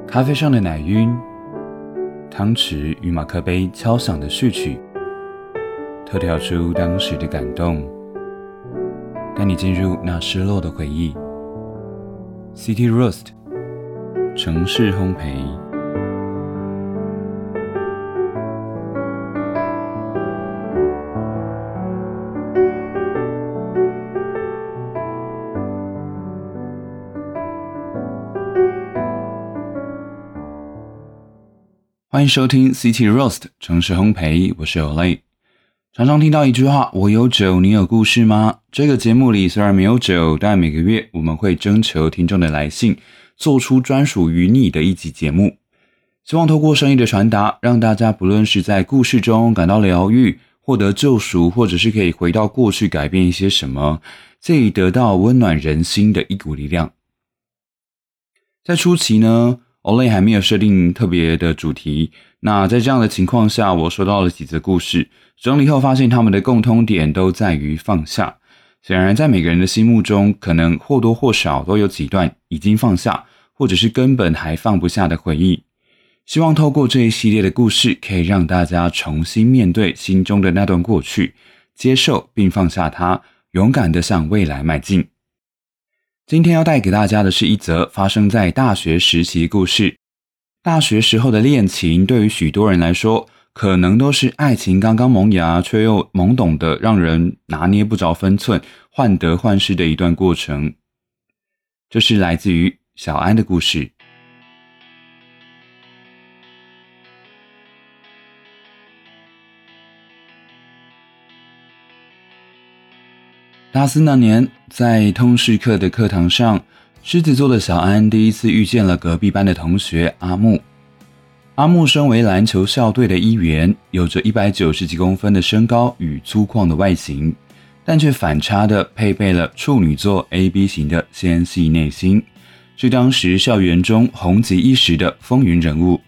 咖啡上的奶晕，汤匙与马克杯敲响的序曲，透跳出当时的感动，带你进入那失落的回忆。City Roast 城市烘焙。欢迎收听 City Roast 城市烘焙，我是 Olay。常常听到一句话，我有酒，你有故事吗？这个节目里虽然没有酒，但每个月我们会征求听众的来信，做出专属于你的一集节目。希望透过声音的传达，让大家不论是在故事中感到疗愈，获得救赎，或者是可以回到过去改变一些什么，借以得到温暖人心的一股力量。在初期呢，Olay 还没有设定特别的主题，那在这样的情况下，我收到了几则故事，整理后发现他们的共通点都在于放下。显然在每个人的心目中，可能或多或少都有几段已经放下，或者是根本还放不下的回忆。希望透过这一系列的故事，可以让大家重新面对心中的那段过去，接受并放下它，勇敢地向未来迈进。今天要带给大家的是一则发生在大学时期的故事。大学时候的恋情对于许多人来说，可能都是爱情刚刚萌芽却又懵懂的让人拿捏不着分寸，患得患失的一段过程。这是来自于小安的故事。大四那年，在通识课的课堂上，狮子座的小安第一次遇见了隔壁班的同学阿木。阿木身为篮球校队的一员，有着190几公分的身高与粗犷的外形，但却反差地配备了处女座 AB 型的纤细内心，是当时校园中红极一时的风云人物。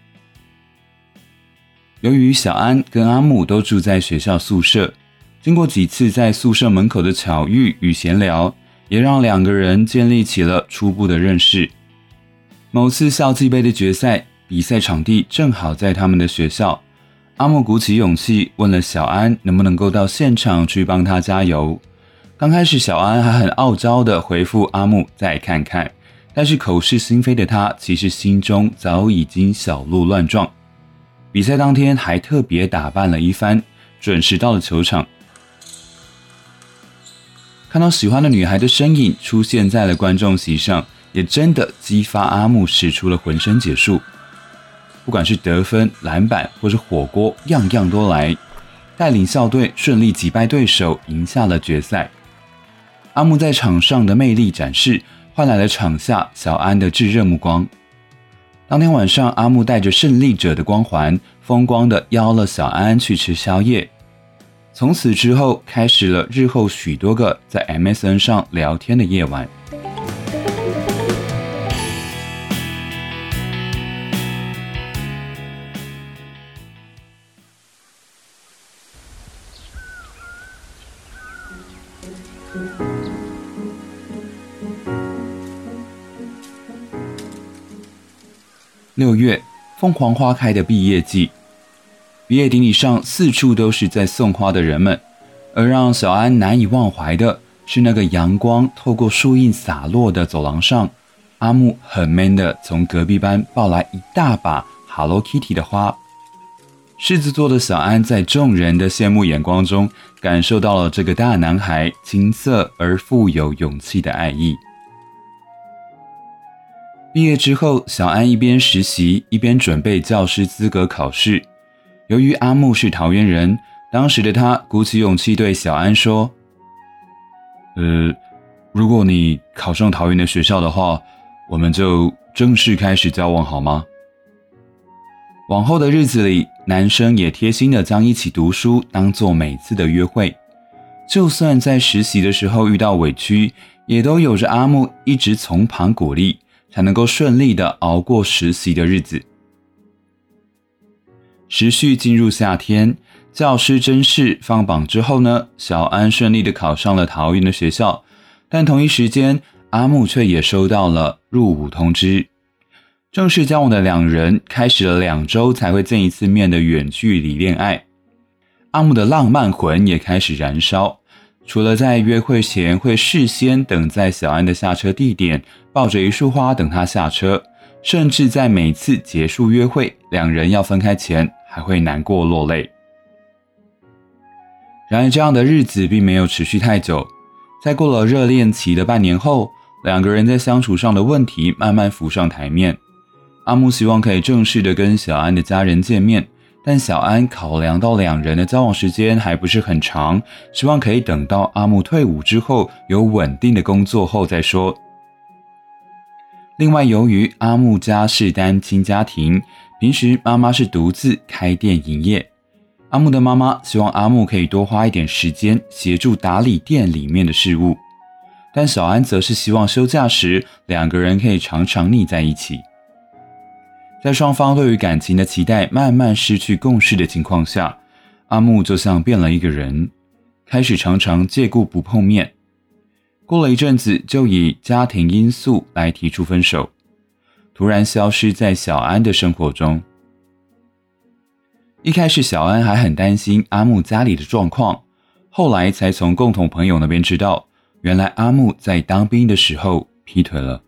由于小安跟阿木都住在学校宿舍，经过几次在宿舍门口的巧遇与闲聊，也让两个人建立起了初步的认识。某次校际杯的决赛，比赛场地正好在他们的学校，阿木鼓起勇气问了小安能不能够到现场去帮他加油。刚开始小安还很傲娇地回复阿木再看看，但是口是心非的他其实心中早已经小鹿乱撞。比赛当天还特别打扮了一番，准时到了球场。看到喜欢的女孩的身影出现在了观众席上，也真的激发阿木使出了浑身解数。不管是得分、篮板或是火锅，样样都来，带领校队顺利击败对手，赢下了决赛。阿木在场上的魅力展示，换来了场下小安的炙热目光。当天晚上，阿木带着胜利者的光环，风光地邀了小安去吃宵夜。从此之后，开始了日后许多个在 MSN 上聊天的夜晚。6月，凤凰花开的毕业季。毕业典礼上，四处都是在送花的人们，而让小安难以忘怀的是那个阳光透过树荫洒落的走廊上，阿木很 man 的从隔壁班抱来一大把 Hello Kitty 的花。狮子座的小安在众人的羡慕眼光中，感受到了这个大男孩青涩而富有勇气的爱意。毕业之后，小安一边实习一边准备教师资格考试。由于阿木是桃园人，当时的他鼓起勇气对小安说：如果你考上桃园的学校的话，我们就正式开始交往好吗？往后的日子里，男生也贴心地将一起读书当作每次的约会，就算在实习的时候遇到委屈，也都有着阿木一直从旁鼓励，才能够顺利地熬过实习的日子。时序进入夏天，教师甄试放榜之后呢，小安顺利地考上了桃园的学校，但同一时间，阿木却也收到了入伍通知。 正式交往的两人开始了2周才会见一次面的远距离恋爱。阿木的浪漫魂也开始燃烧，除了在约会前会事先等在小安的下车地点，抱着一束花等她下车，甚至在每次结束约会，两人要分开前还会难过落泪。然而这样的日子并没有持续太久，在过了热恋期的半年后，两个人在相处上的问题慢慢浮上台面。阿木希望可以正式的跟小安的家人见面，但小安考量到两人的交往时间还不是很长，希望可以等到阿木退伍之后有稳定的工作后再说。另外，由于阿木家是单亲家庭，平时妈妈是独自开店营业，阿木的妈妈希望阿木可以多花一点时间协助打理店里面的事务，但小安则是希望休假时两个人可以常常腻在一起。在双方对于感情的期待慢慢失去共识的情况下，阿木就像变了一个人，开始常常借故不碰面。过了一阵子，就以家庭因素来提出分手，突然消失在小安的生活中。一开始小安还很担心阿木家里的状况，后来才从共同朋友那边知道，原来阿木在当兵的时候劈腿了。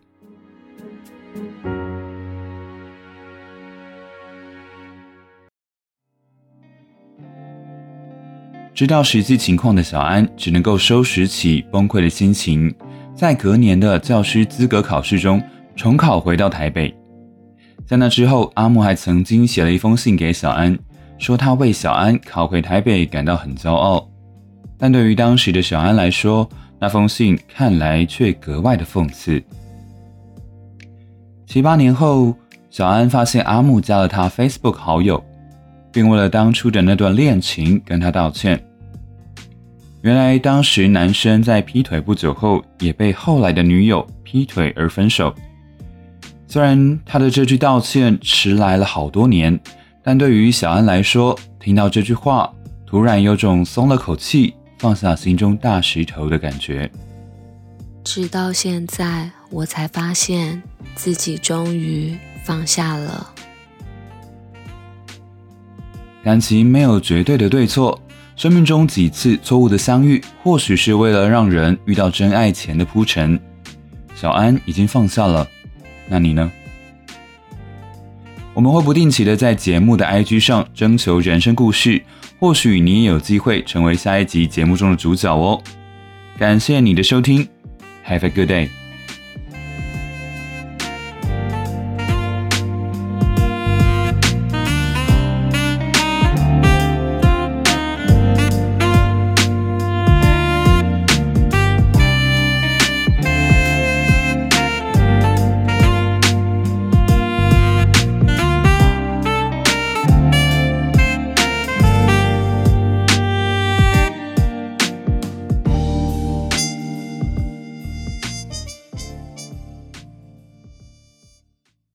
知道实际情况的小安只能够收拾起崩溃的心情，在隔年的教师资格考试中重考回到台北。在那之后，阿木还曾经写了一封信给小安，说他为小安考回台北感到很骄傲。但对于当时的小安来说，那封信看来却格外的讽刺。7、8年后，小安发现阿木加了他 Facebook 好友，并为了当初的那段恋情跟他道歉。原来当时男生在劈腿不久后也被后来的女友劈腿而分手。虽然他的这句道歉迟来了好多年，但对于小安来说，听到这句话突然有种松了口气，放下心中大石头的感觉。 直到现在我才发现自己终于放下了。 感情没有绝对的对错，生命中几次错误的相遇，或许是为了让人遇到真爱前的铺陈。小安已经放下了，那你呢？我们会不定期的在节目的 IG 上征求人生故事，或许你也有机会成为下一集节目中的主角哦。感谢你的收听， Have a good day。